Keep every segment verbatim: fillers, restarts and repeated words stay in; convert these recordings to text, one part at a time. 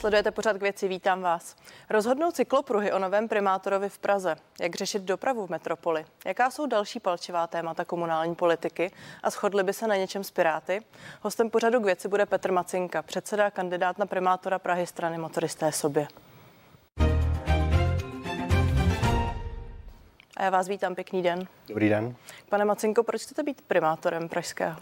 Sledujete pořad K věci, vítám vás. Rozhodnou cyklopruhy o novém primátorovi v Praze. Jak řešit dopravu v metropoli? Jaká jsou další palčivá témata komunální politiky a shodli by se na něčem s Piráty? Hostem pořadu K věci bude Petr Macinka, předseda kandidát na primátora Prahy strany Motoristé sobě. A já vás vítám, pěkný den. Dobrý den. Pane Macinko, proč chcete být primátorem pražského?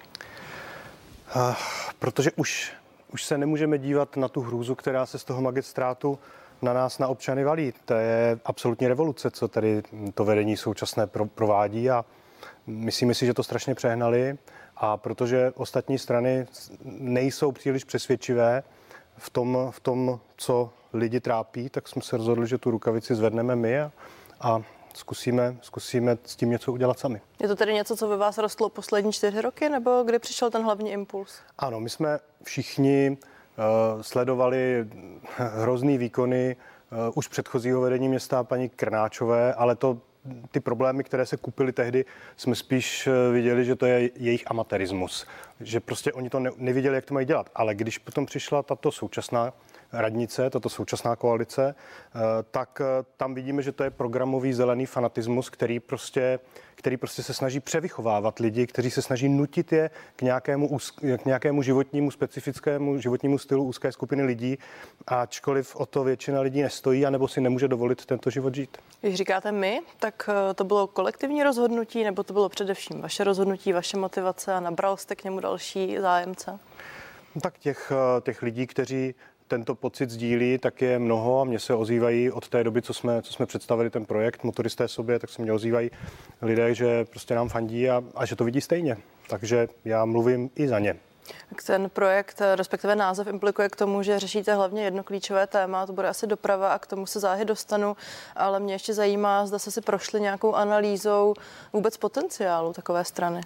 Uh, protože už, už se nemůžeme dívat na tu hrůzu, která se z toho magistrátu na nás, na občany valí. To je absolutní revoluce, co tady to vedení současné pro, provádí a myslíme si, že to strašně přehnali a protože ostatní strany nejsou příliš přesvědčivé v tom, v tom co lidi trápí, tak jsme se rozhodli, že tu rukavici zvedneme my a, a Zkusíme, zkusíme s tím něco udělat sami. Je to tedy něco, co ve vás rostlo poslední čtyři roky, nebo kdy přišel ten hlavní impuls? Ano, my jsme všichni uh, sledovali hrozný výkony uh, už předchozího vedení města paní Krnáčové, ale to ty problémy, které se kupily tehdy, jsme spíš viděli, že to je jejich amatérismus. Že prostě oni to ne, neviděli, jak to mají dělat. Ale když potom přišla tato současná radnice, tato současná koalice, tak tam vidíme, že to je programový zelený fanatismus, který prostě, který prostě se snaží převychovávat lidi, kteří se snaží nutit je k nějakému, k nějakému životnímu, specifickému životnímu stylu úzké skupiny lidí, ačkoliv o to většina lidí nestojí, anebo si nemůže dovolit tento život žít. Když říkáte my, tak to bylo kolektivní rozhodnutí, nebo to bylo především vaše rozhodnutí, vaše motivace a nabral jste k němu další zájemce? Tak těch, těch lidí, kteří tento pocit sdílí, tak je mnoho a mě se ozývají od té doby, co jsme, co jsme představili ten projekt Motoristé sobě, tak se mě ozývají lidé, že prostě nám fandí a, a že to vidí stejně. Takže já mluvím i za ně. Ten projekt, respektive název, implikuje k tomu, že řešíte hlavně jedno klíčové téma, to bude asi doprava a k tomu se záhy dostanu, ale mě ještě zajímá, zda se si prošli nějakou analýzou vůbec potenciálu takové strany.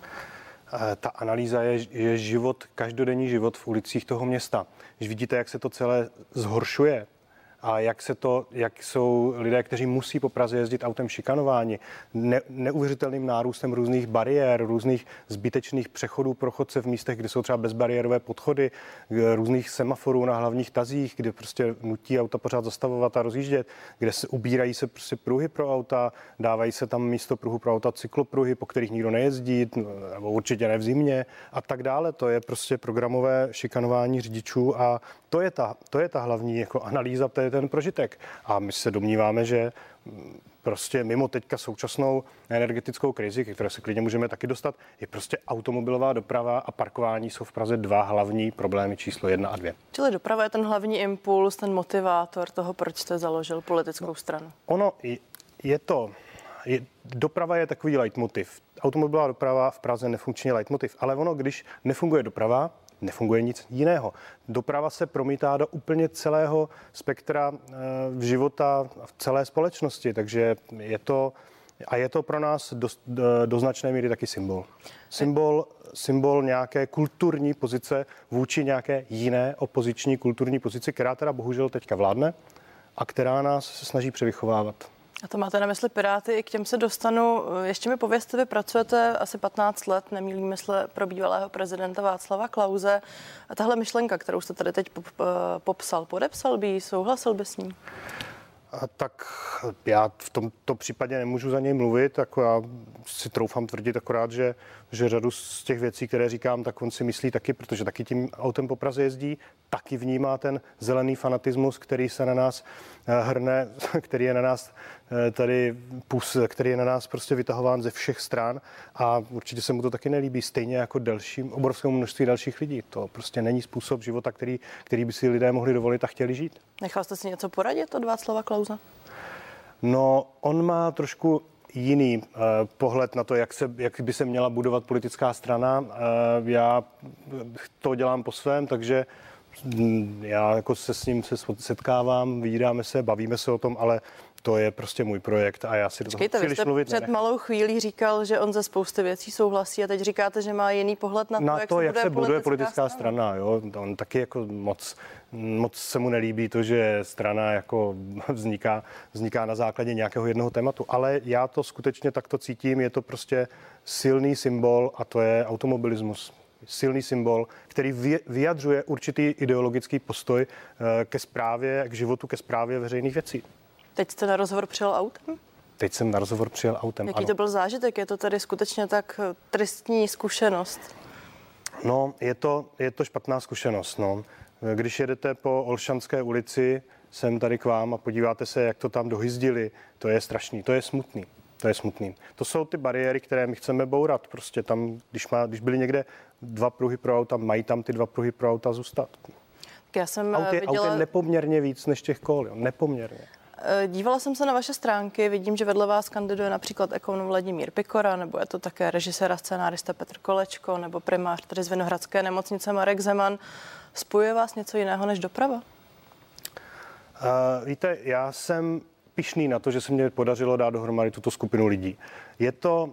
Ta analýza je, je život, každodenní život v ulicích toho města. Když vidíte, jak se to celé zhoršuje a jak, se to, jak jsou lidé, kteří musí po Praze jezdit autem šikanováni, ne, neuvěřitelným nárůstem různých bariér, různých zbytečných přechodů pro chodce v místech, kde jsou třeba bezbariérové podchody, různých semaforů na hlavních tazích, kde prostě nutí auta pořád zastavovat a rozjíždět, kde se ubírají se prostě pruhy pro auta, dávají se tam místo pruhu pro auta cyklopruhy, po kterých nikdo nejezdí, nebo určitě ne v zimě a tak dále. To je prostě programové šikanování řidičů a to je ta, to je ta hlavní jako analýza, to je ten prožitek. A my se domníváme, že prostě mimo teďka současnou energetickou krizi, ke které se klidně můžeme taky dostat, je prostě automobilová doprava a parkování jsou v Praze dva hlavní problémy číslo jedna a dvě. Čili doprava je ten hlavní impuls, ten motivátor toho, proč jste založil politickou no, stranu? Ono je to, je, doprava je takový leitmotiv. Automobilová doprava v Praze nefunkční leitmotiv, ale ono, když nefunguje doprava, nefunguje nic jiného. Doprava se promítá do úplně celého spektra v života v celé společnosti, takže je to, a je to pro nás do, do značné míry taky symbol. Symbol, symbol nějaké kulturní pozice vůči nějaké jiné opoziční kulturní pozici, která teda bohužel teďka vládne a která nás se snaží převychovávat. A to máte na mysli Piráty, i k těm se dostanu. Ještě mi povězte, vy pracujete asi patnáct let, nemýlím mysle, pro bývalého prezidenta Václava Klause. A tahle myšlenka, kterou jste tady teď popsal, podepsal by ji, souhlasil by s ní? A tak já v tomto případě nemůžu za něj mluvit, jako já si troufám tvrdit akorát, že, že řadu z těch věcí, které říkám, tak on si myslí taky, protože taky tím autem po Praze jezdí, taky vnímá ten zelený fanatismus, který se na nás hrne, který je na nás tady pus, který je na nás prostě vytahován ze všech stran a určitě se mu to taky nelíbí, stejně jako dalším, obrovskému množství dalších lidí. To prostě není způsob života, který, který by si lidé mohli dovolit a chtěli žít. Nechal jste si něco poradit od Václava Klause? No, on má trošku jiný uh, pohled na to, jak, se, jak by se měla budovat politická strana. Uh, já to dělám po svém, takže já jako se s ním se setkávám, vídáme se, bavíme se o tom, ale to je prostě můj projekt a já si do toho příliš mluvit před nenechám. malou chvílí říkal, že on ze spousty věcí souhlasí a teď říkáte, že má jiný pohled na to, na jak, to, se, jak buduje se buduje politická, politická strana. strana jo. On taky jako moc, moc se mu nelíbí to, že strana jako vzniká, vzniká na základě nějakého jednoho tématu, ale já to skutečně takto cítím, je to prostě silný symbol a to je automobilismus. silný symbol, který vyjadřuje určitý ideologický postoj ke správě, k životu, ke správě veřejných věcí. Teď jste na rozhovor přijel autem? Teď jsem na rozhovor přijel autem, Jaký ano. to byl zážitek? Je to tady skutečně tak tristní zkušenost? No, je to, je to špatná zkušenost, no. Když jedete po Olšanské ulici, sem tady k vám a podíváte se, jak to tam dohyzdili, to je strašný, to je smutný. To je smutný. To jsou ty bariéry, které my chceme bourat. Prostě tam, když, má, když byly někde dva pruhy pro auta, mají tam ty dva pruhy pro auta zůstat. Já jsem aut je, viděla... aut je nepoměrně víc než těch kol, jo, nepoměrně. Dívala jsem se na vaše stránky, vidím, že vedle vás kandiduje například ekonom Vladimír Pikora, nebo je to také režisér a scénárista Petr Kolečko, nebo primář tady z Vinohradské nemocnice Marek Zeman. Spojuje vás něco jiného než doprava? Uh, víte, já jsem pyšný na to, že se mě podařilo dát dohromady tuto skupinu lidí. Je to,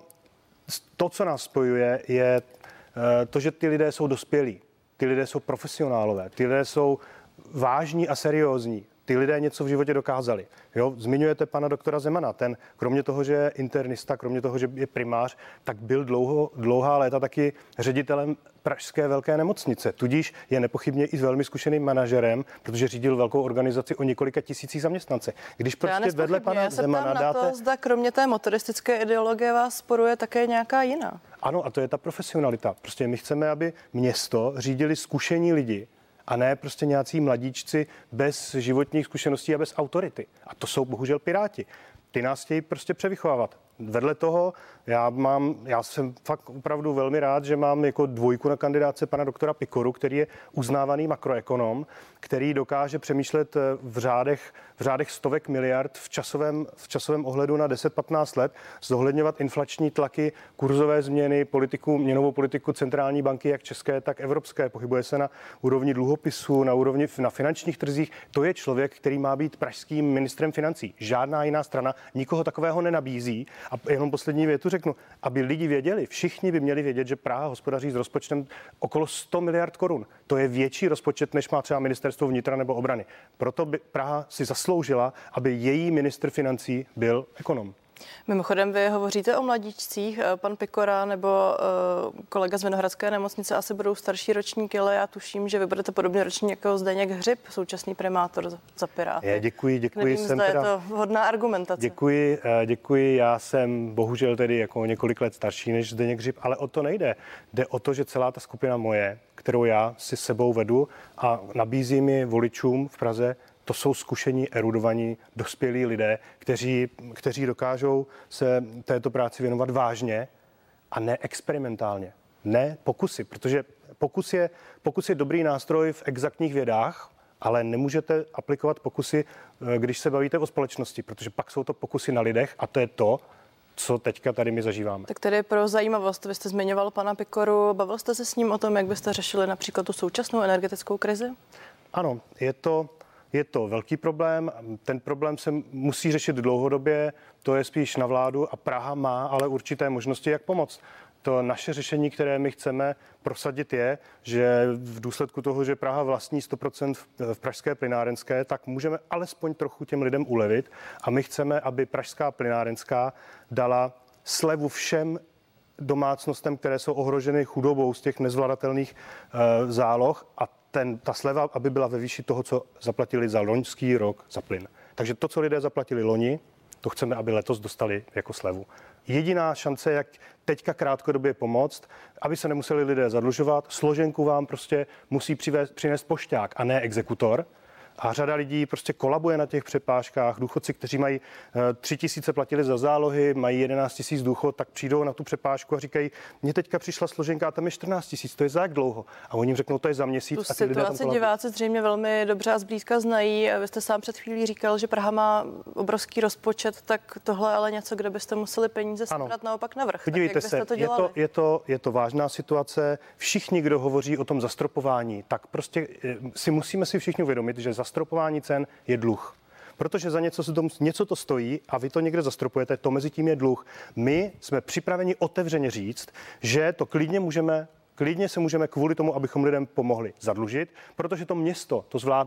to, co nás spojuje, je uh, to, že ty lidé jsou dospělí, ty lidé jsou profesionálové, ty lidé jsou vážní a seriózní. Ty lidé něco v životě dokázali. Jo? Zmiňujete pana doktora Zemana. Ten, kromě toho, že je internista, kromě toho, že je primář, tak byl dlouho, dlouhá léta taky ředitelem pražské velké nemocnice. Tudíž je nepochybně i velmi zkušeným manažerem, protože řídil velkou organizaci o několika tisících zaměstnanců. Když prostě vedle pana Já se Zemana na dáte... to, zda kromě té motoristické ideologie vás sporuje také nějaká jiná. Ano, a to je ta profesionalita. Prostě my chceme, aby město řídili zkušení lidi, a ne prostě nějací mladíčci bez životních zkušeností a bez autority. A to jsou bohužel Piráti. Ty nás chtějí prostě převychovávat. Vedle toho já mám, já jsem fakt opravdu velmi rád, že mám jako dvojku na kandidáce pana doktora Pikoru, který je uznávaný makroekonom, který dokáže přemýšlet v řádech, v řádech stovek miliard v časovém, v časovém ohledu na deset patnáct let, zohledňovat inflační tlaky, kurzové změny, politiku, měnovou politiku centrální banky, jak české, tak evropské. Pohybuje se na úrovni dluhopisů, na úrovni na finančních trzích. To je člověk, který má být pražským ministrem financí. Žádná jiná strana nikoho takového nenabízí. A jenom poslední větu řeknu, aby lidi věděli, všichni by měli vědět, že Praha hospodaří s rozpočtem okolo sto miliard korun. To je větší rozpočet, než má třeba ministerstvo vnitra nebo obrany. Proto by Praha si zasloužila, aby její ministr financí byl ekonom. Mimochodem, vy hovoříte o mladíčcích. Pan Pikora nebo uh, kolega z Vinohradské nemocnice asi budou starší ročníky, ale já tuším, že vy budete podobně ročník jako Zdeněk Hřib, současný primátor za, za Piráty. Je, děkuji, děkuji. Nevím, jsem zda teda... je to vhodná argumentace. Děkuji, děkuji. Já jsem bohužel tedy jako několik let starší než Zdeněk Hřib, ale o to nejde. Jde o to, že celá ta skupina moje, kterou já si s sebou vedu a nabízím ji voličům v Praze, to jsou zkušení, erudovaní, dospělí lidé, kteří, kteří dokážou se této práci věnovat vážně a ne experimentálně. Ne pokusy, protože pokus je, pokus je dobrý nástroj v exaktních vědách, ale nemůžete aplikovat pokusy, když se bavíte o společnosti, protože pak jsou to pokusy na lidech a to je to, co teďka tady my zažíváme. Tak tedy pro zajímavost, vy jste zmiňoval pana Pikoru, bavil jste se s ním o tom, jak byste řešili například tu současnou energetickou krizi? Ano, je to... Je to velký problém, ten problém se musí řešit dlouhodobě, to je spíš na vládu a Praha má ale určité možnosti, jak pomoct. To naše řešení, které my chceme prosadit, je, že v důsledku toho, že Praha vlastní sto procent v pražské plynárenské, tak můžeme alespoň trochu těm lidem ulevit a my chceme, aby pražská plynárenská dala slevu všem domácnostem, které jsou ohroženy chudobou z těch nezvladatelných uh, záloh a ten, ta sleva, aby byla ve výši toho, co zaplatili za loňský rok za plyn. Takže to, co lidé zaplatili loni, to chceme, aby letos dostali jako slevu. Jediná šance, jak teďka krátkodobě pomoct, aby se nemuseli lidé zadlužovat, složenku vám prostě musí přivést, přinést pošťák a ne exekutor. A řada lidí prostě kolabuje na těch přepážkách. Důchodci, kteří mají tři tisíce platili za zálohy, mají jedenáct tisíc důchod, tak přijdou na tu přepážku a říkají, mně teďka přišla složenka a tam je čtrnáct tisíc, to je za jak dlouho? A oni jim řeknou, to je za měsíc. Tu a ty lidé tam situaci diváci zřejmě velmi dobře a zblízka znají. Vy jste sám před chvílí říkal, že Praha má obrovský rozpočet, tak tohle ale něco, kde byste museli peníze sebrat naopak navrch. Podívejte se, to je, to, je, to, je to vážná situace. Všichni, kdo hovoří o tom zastropování, tak prostě si musíme si všichni uvědomit, že zastropování cen je dluh. Protože za něco, to, něco to stojí a vy to někde zastropujete, to mezi tím je dluh. My jsme připraveni otevřeně říct, že to klidně můžeme, klidně se můžeme kvůli tomu, abychom lidem pomohli, zadlužit, protože to město to zvládne.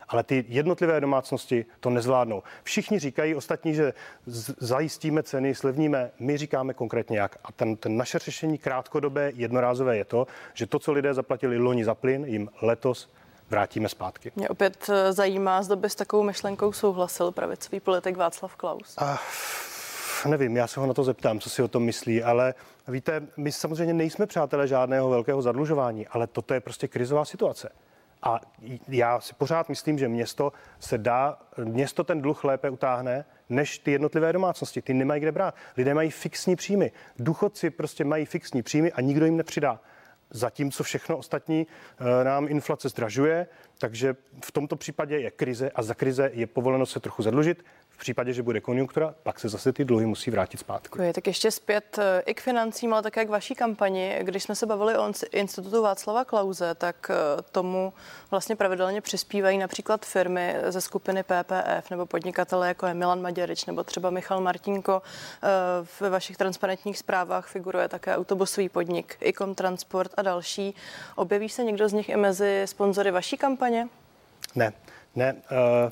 ale ty jednotlivé domácnosti to nezvládnou. Všichni říkají ostatní, že zajistíme ceny, slevníme, my říkáme konkrétně jak. A ten, ten naše řešení krátkodobé, jednorázové je to, že to, co lidé zaplatili loni za plyn, jim letos vrátíme zpátky. Mě opět zajímá, zda by s takovou myšlenkou souhlasil pravicový politik Václav Klaus. A, nevím, já se ho na to zeptám, co si o tom myslí, ale víte, my samozřejmě nejsme přátelé žádného velkého zadlužování, ale toto je prostě krizová situace. A já si pořád myslím, že město se dá, město ten dluh lépe utáhne, než ty jednotlivé domácnosti. Ty nemají kde brát. Lidé mají fixní příjmy. Důchodci prostě mají fixní příjmy a nikdo jim nepřidá. Zatímco všechno ostatní nám inflace zdražuje, takže v tomto případě je krize a za krize je povoleno se trochu zadlužit. V případě, že bude konjunktura, pak se zase ty dluhy musí vrátit zpátky. Je, tak ještě zpět i k financím, ale také k vaší kampani. Když jsme se bavili o institutu Václava Klause, tak tomu vlastně pravidelně přispívají například firmy ze skupiny P P F nebo podnikatelé jako je Milan Maďarič nebo třeba Michal Martinko. Ve vašich transparentních zprávách figuruje také autobusový podnik Icom Transport a další. Objeví se někdo z nich i mezi sponzory vaší kampaně? Ne, ne. Uh...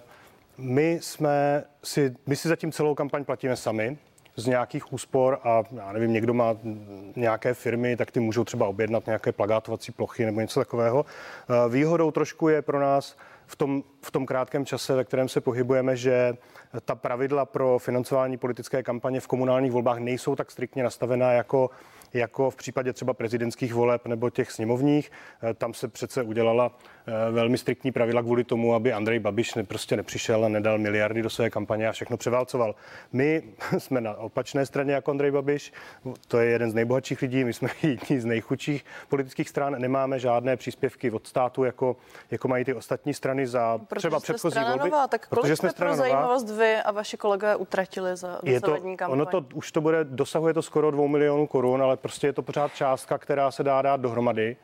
My jsme si, my si zatím celou kampaň platíme sami z nějakých úspor a já nevím, někdo má nějaké firmy, tak ty můžou třeba objednat nějaké plagátovací plochy nebo něco takového. Výhodou trošku je pro nás v tom, v tom krátkém čase, ve kterém se pohybujeme, že ta pravidla pro financování politické kampaně v komunálních volbách nejsou tak striktně nastavená jako jako v případě třeba prezidentských voleb nebo těch sněmovních. Tam se přece udělala velmi striktní pravidla kvůli tomu, aby Andrej Babiš prostě nepřišel a nedal miliardy do své kampaně a všechno převálcoval. My jsme na opačné straně jako Andrej Babiš, to je jeden z nejbohatších lidí, my jsme jedni z nejchudších politických stran, nemáme žádné příspěvky od státu, jako, jako mají ty ostatní strany za protože třeba předchozí volby. Nová, tak kolik jsme pro zajímavost vy a vaši kolegové utratili za dosavadní kampaň? Ono to už to bude, dosahuje to skoro dvou milionů korun, ale prostě je to pořád částka, která se dá dát dohromady.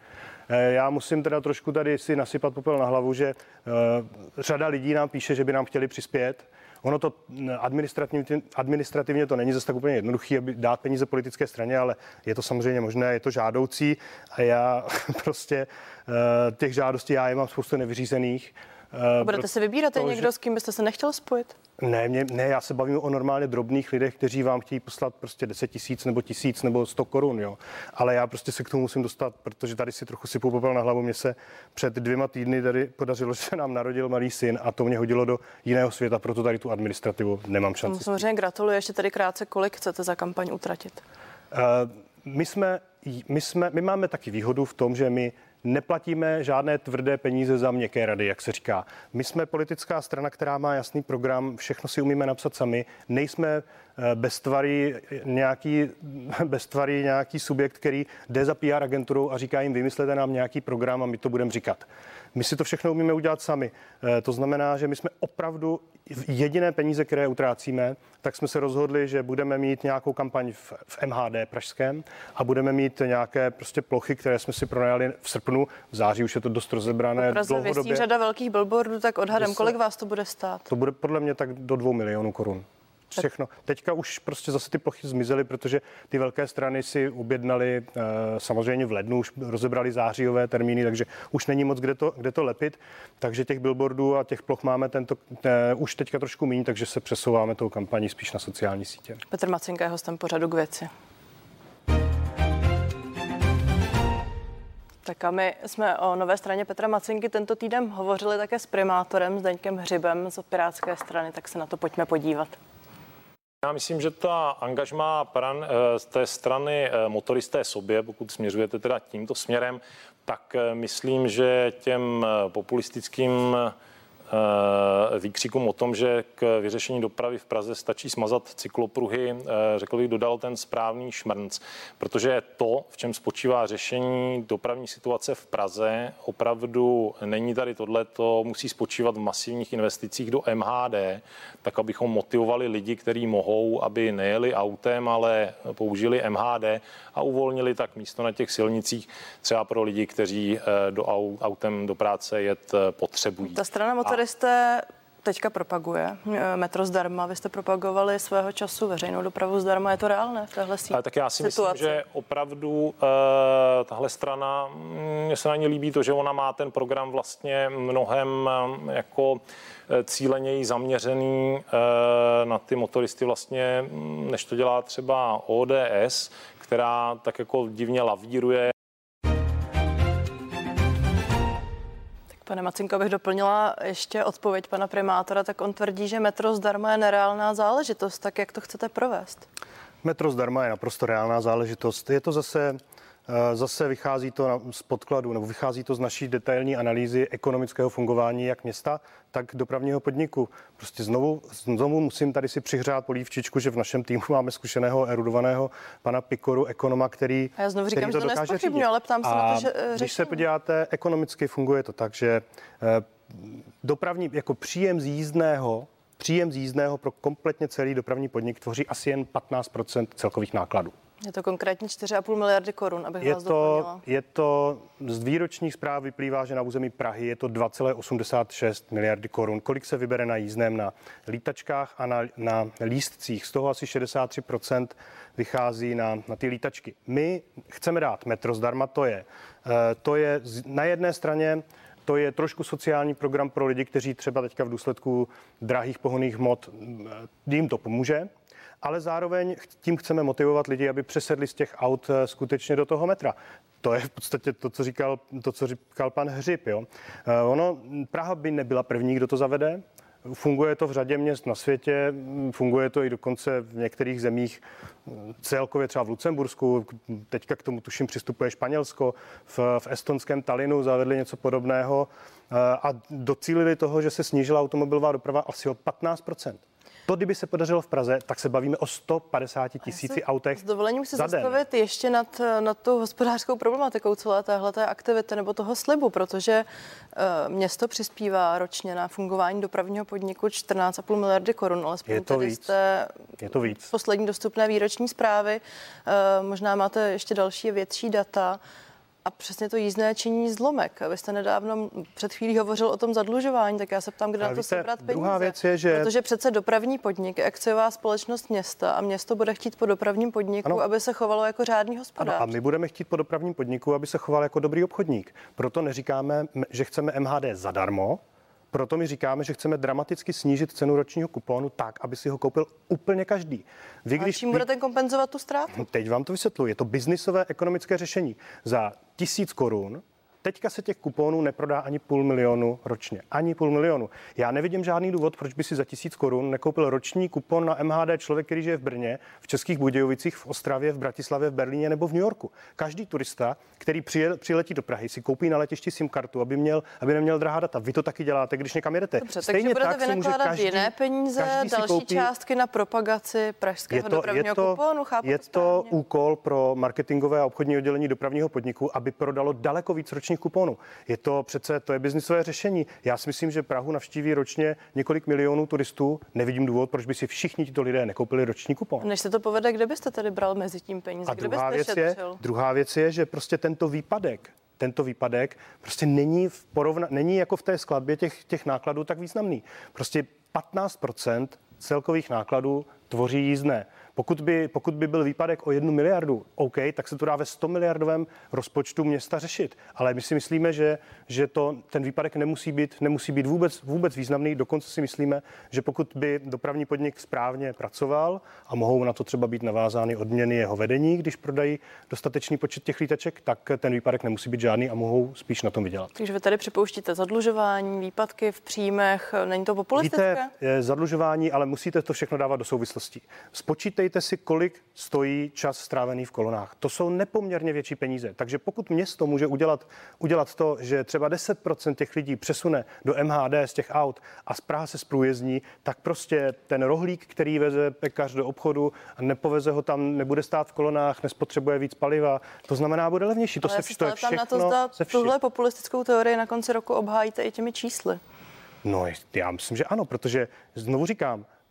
Já musím teda trošku tady si nasypat popel na hlavu, že řada lidí nám píše, že by nám chtěli přispět. Ono to administrativně, administrativně to není zase tak úplně jednoduché, aby dát peníze politické straně, ale je to samozřejmě možné, je to žádoucí a já prostě těch žádostí, já je mám spoustu nevyřízených. Budete si vybírat to, někdo, že... s kým byste se nechtěl spojit? Ne, mě, ne, já se bavím o normálně drobných lidech, kteří vám chtějí poslat prostě deset tisíc nebo tisíc nebo sto korun, jo. Ale já prostě se k tomu musím dostat, protože tady si trochu sypu popel na hlavu. Mně se před dvěma týdny tady podařilo, že se nám narodil malý syn a to mě hodilo do jiného světa, proto tady tu administrativu nemám šanci. Samozřejmě gratuluji, ještě tady krátce, kolik chcete za kampaň utratit? Uh, my jsme, my jsme, my máme taky výhodu v tom, že my neplatíme žádné tvrdé peníze za měkké rady, jak se říká. My jsme politická strana, která má jasný program, všechno si umíme napsat sami. Nejsme beztvarý nějaký, beztvarý nějaký subjekt, který jde za P R agenturou a říká jim, vymyslete nám nějaký program a my to budeme říkat. My si to všechno umíme udělat sami. To znamená, že my jsme opravdu jediné peníze, které utrácíme, tak jsme se rozhodli, že budeme mít nějakou kampaň v, v M H D pražském a budeme mít nějaké prostě plochy, které jsme si pronajali v srpnu. V září už je to dost rozebrané. V Praze věstí řada velkých billboardů, tak odhadem, kolik vás to bude stát? To bude podle mě tak do dvou milionů korun. Všechno. Teďka už prostě zase ty plochy zmizely, protože ty velké strany si objednali samozřejmě v lednu, už rozebrali zářijové termíny, takže už není moc kde to, kde to lepit. Takže těch billboardů a těch ploch máme tento, te, už teďka trošku méně, takže se přesouváme tou kampaní spíš na sociální sítě. Petr Macinka je hostem pořadu K věci. Tak a my jsme o nové straně Petra Macinky tento týden hovořili také s primátorem Zdeňkem Hřibem z Pirátské strany, tak se na to pojďme podívat. Já myslím, že ta angažmá pran, z té strany motoristé sobě, pokud směřujete teda tímto směrem, tak myslím, že těm populistickým výkřikům o tom, že k vyřešení dopravy v Praze stačí smazat cyklopruhy, řekl bych, dodal ten správný šmrnc, protože to, v čem spočívá řešení dopravní situace v Praze, opravdu není tady tohle, to musí spočívat v masivních investicích do M H D, tak abychom motivovali lidi, kteří mohou, aby nejeli autem, ale použili M H D a uvolnili tak místo na těch silnicích třeba pro lidi, kteří do autem do práce jet potřebují. Ta strana motoristé teďka propaguje. Metro zdarma, vy jste propagovali svého času veřejnou dopravu zdarma. Je to reálné v téhle situaci? Tak já si myslím, že opravdu uh, tahle strana, mně se na ní líbí to, že ona má ten program vlastně mnohem um, jako cíleněji zaměřený uh, na ty motoristy vlastně, než to dělá třeba O D S, která tak jako divně lavíruje. Pane Macinko, abych doplnila ještě odpověď pana primátora, tak on tvrdí, že metro zdarma je nereálná záležitost. Tak jak to chcete provést? Metro zdarma je naprosto reálná záležitost. Je to zase, zase vychází to z podkladu, nebo vychází to z naší detailní analýzy ekonomického fungování jak města, tak dopravního podniku. Prostě znovu, znovu musím tady si přihřát polívčičku, že v našem týmu máme zkušeného, erudovaného pana Pikoru, ekonoma, který A já znovu říkám, který že to nespochybňuji, ale ptám se A na to, že řešení. Když se podíváte, ekonomicky funguje to tak, že dopravní, jako příjem z jízdného, příjem z jízdného pro kompletně celý dopravní podnik tvoří asi jen patnáct procent celkových nákladů. Je to konkrétně čtyři a půl miliardy korun, abych je vás to, doplnila. Je to, z výročních zpráv vyplývá, že na území Prahy je to dva celé osmdesát šest miliardy korun. Kolik se vybere na jízdném na lítačkách a na, na lístcích? Z toho asi šedesát tři procent vychází na, na ty lítačky. My chceme dát metro zdarma, to je, to je na jedné straně to je trošku sociální program pro lidi, kteří třeba teďka v důsledku drahých pohonných hmot, jim to pomůže, ale zároveň tím chceme motivovat lidi, aby přesedli z těch aut skutečně do toho metra. To je v podstatě to, co říkal, to, co říkal pan Hřib. Jo. Ono, Praha by nebyla první, kdo to zavede. Funguje to v řadě měst na světě, funguje to i dokonce v některých zemích, celkově třeba v Lucembursku, teďka k tomu tuším přistupuje Španělsko, v, v estonském Tallinnu zavedli něco podobného a docílili toho, že se snížila automobilová doprava asi o patnáct procent. To, kdyby se podařilo v Praze, tak se bavíme o sto padesáti tisíci autech. S dovolením si za den. zastavit ještě nad, nad tu hospodářskou problematikou celé téhleté aktivity nebo toho slibu, protože uh, město přispívá ročně na fungování dopravního podniku čtrnáct a půl miliardy korun, alespoň Je to tedy víc. jste Je to víc. poslední dostupné výroční zprávy. Uh, možná máte ještě další větší data. A přesně to jízdné činí zlomek. Vy jste nedávno před chvílí hovořil o tom zadlužování, tak já se ptám, kde na to sebrat peníze. Druhá věc je, že... Protože přece dopravní podnik je akciová společnost města a město bude chtít po dopravním podniku, ano. aby se chovalo jako řádný hospodář. Ano, a my budeme chtít po dopravním podniku, aby se choval jako dobrý obchodník. Proto neříkáme, že chceme M H D zadarmo, proto my říkáme, že chceme dramaticky snížit cenu ročního kuponu tak, aby si ho koupil úplně každý. Vy, a když čím vy... budete kompenzovat tu ztrátu? Teď vám to vysvětluji. Je to biznisové ekonomické řešení. Za tisíc korun teďka se těch kuponů neprodá ani půl milionu ročně. Ani půl milionu. Já nevidím žádný důvod, proč by si za tisíc korun nekoupil roční kupon na M H D člověk, který žije v Brně, v Českých Budějovicích, v Ostravě, v Bratislavě, v Berlíně nebo v New Yorku. Každý turista, který přijel, přiletí do Prahy, si koupí na letišti SIM kartu, aby měl, aby neměl drahá data. Vy to taky děláte, když někam jedete. Dobře, takže budete tak vynakládat každý, jiné peníze, další koupí... částky na propagaci pražského je to, dopravního je to, kuponu. Chápu je to, to úkol pro marketingové a obchodní oddělení dopravního podniku, aby prodalo daleko víc ročních kuponů. Je to přece, to je biznisové řešení. Já si myslím, že Prahu navštíví ročně několik milionů turistů. Nevidím důvod, proč by si všichni tito lidé nekoupili roční kupon. Než se to povede, kde byste tedy bral mezi tím peníze? A druhá věc, je, druhá věc je, že prostě tento výpadek, tento výpadek prostě není, v porovna, není jako v té skladbě těch, těch nákladů tak významný. Prostě patnáct procent celkových nákladů tvoří jízdné. Pokud by, pokud by byl výpadek o jednu miliardu, OK, tak se to dá ve sto miliardovém rozpočtu města řešit. Ale my si myslíme, že, že to, ten výpadek nemusí být, nemusí být vůbec, vůbec významný. Dokonce si myslíme, že pokud by dopravní podnik správně pracoval a mohou na to třeba být navázány odměny jeho vedení, když prodají dostatečný počet těch lítaček, tak ten výpadek nemusí být žádný a mohou spíš na tom vydělat. Takže vy tady připouštíte zadlužování, výpadky v příjmech, není to populistické? Víte, je zadlužování, ale musíte to všechno dávat do souvislostí. Spočítejte si, kolik stojí čas strávený v kolonách. To jsou nepoměrně větší peníze. Takže pokud město může udělat, udělat to, že třeba deset procent těch lidí přesune do M H D z těch aut a z Prahy se zprůjezdní, tak prostě ten rohlík, který veze pekař do obchodu a nepoveze ho tam, nebude stát v kolonách, nespotřebuje víc paliva. To znamená, bude levnější. To ale se to je všechno. Na to, zda tuhle populistickou teorii na konci roku obhájíte i těmi čísly. No, já myslím, že ano, protože znovu říkám,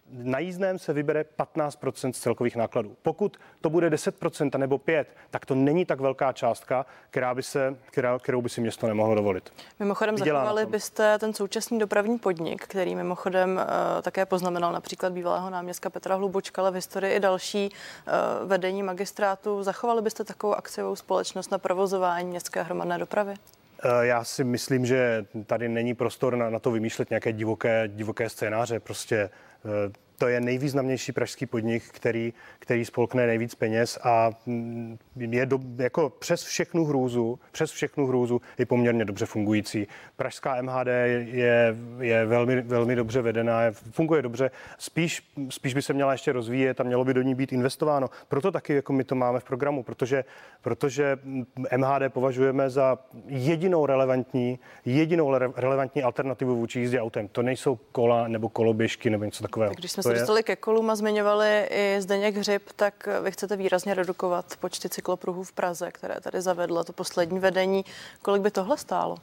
na jízdném se vybere patnáct procent z celkových nákladů. Pokud to bude deset procent nebo pět procent, tak to není tak velká částka, která by se, která, kterou by si město nemohlo dovolit. Mimochodem Vydělá zachovali byste ten současný dopravní podnik, který mimochodem uh, také poznamenal například bývalého náměstka Petra Hlubučka, ale v historii i další uh, vedení magistrátu. Zachovali byste takovou akciovou společnost na provozování městské hromadné dopravy? Já si myslím, že tady není prostor na, na to vymýšlet nějaké divoké, divoké scénáře. Prostě to je nejvýznamnější pražský podnik, který, který spolkne nejvíc peněz a je do, jako přes všechnu hrůzu, přes všechnu hrůzu je poměrně dobře fungující. Pražská M H D je, je velmi, velmi dobře vedená, funguje dobře. Spíš, spíš by se měla ještě rozvíjet a mělo by do ní být investováno. Proto taky jako my to máme v programu, protože, protože M H D považujeme za jedinou relevantní, jedinou relevantní alternativu vůči jízdě autem. To nejsou kola nebo koloběžky nebo něco takového. Tak když jsme se dostali ke kolům a zmiňovali i Zdeněk Hřib, tak vy chcete výrazně redukovat počty cyklopruhů v Praze, které tady zavedlo to poslední vedení. Kolik by tohle stálo?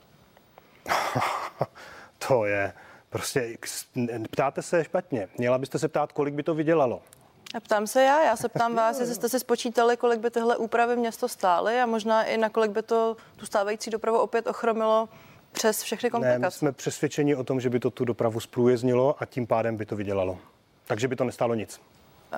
To je prostě, ptáte se špatně. Měla byste se ptát, kolik by to vydělalo. A ptám se já, já se ptám vás, jestli jste si spočítali, kolik by tyhle úpravy město stály a možná i na kolik by to tu stávající dopravu opět ochromilo přes všechny komplikace. Ne, my jsme přesvědčeni o tom, že by to tu dopravu zprůjezdnilo a tím pádem by to vydělalo. Takže by to nestálo nic. Uh,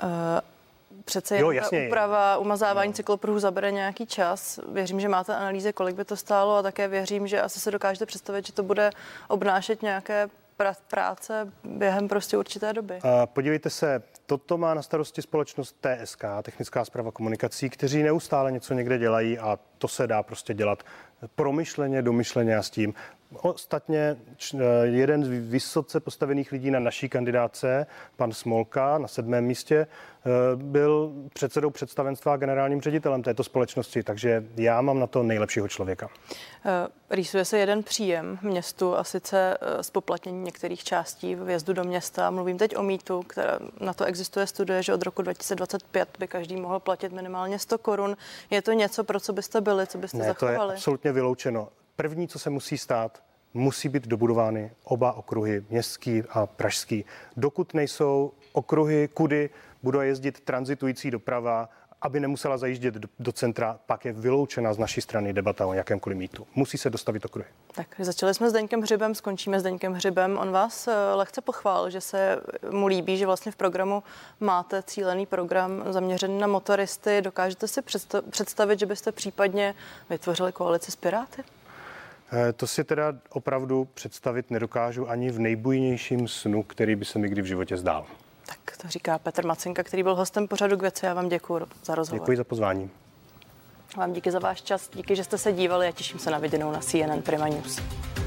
přece jo, ta úprava, umazávání no. cyklopruhů zabere nějaký čas. Věřím, že máte analýzy, kolik by to stálo a také věřím, že asi se dokážete představit, že to bude obnášet nějaké práce během prostě určité doby. Uh, podívejte se, toto má na starosti společnost T S K, Technická správa komunikací, kteří neustále něco někde dělají a to se dá prostě dělat promyšleně, domyšleně a s tím. Ostatně jeden z vysoce postavených lidí na naší kandidátce, pan Smolka na sedmém místě, byl předsedou představenstva a generálním ředitelem této společnosti, takže já mám na to nejlepšího člověka. Rýsuje se jeden příjem městu a sice zpoplatnění některých částí vjezdu do města. Mluvím teď o mýtu, která na to existuje studie, že od roku dva tisíce dvacet pět by každý mohl platit minimálně sto korun. Je to něco, pro co byste byli, co byste ne, zachovali? To je absolutně vyloučeno. První, co se musí stát, musí být dobudovány oba okruhy, městský a pražský. Dokud nejsou okruhy, kudy bude jezdit tranzitující doprava, aby nemusela zajíždět do, do centra, pak je vyloučena z naší strany debata o jakémkoliv mýtu. Musí se dostavit okruhy. Tak začali jsme s Zdeňkem Hřibem, skončíme s Zdeňkem Hřibem. On vás lehce pochválil, že se mu líbí, že vlastně v programu máte cílený program zaměřený na motoristy. Dokážete si představit, že byste případně vytvořili koalici s Piráty? To si teda opravdu představit nedokážu ani v nejbujnějším snu, který by se mi kdy v životě zdál. Tak to říká Petr Macinka, který byl hostem pořadu K věci. Já vám děkuji za rozhovor. Děkuji za pozvání. Vám díky za váš čas, díky, že jste se dívali a těším se na viděnou na C N N Prima News.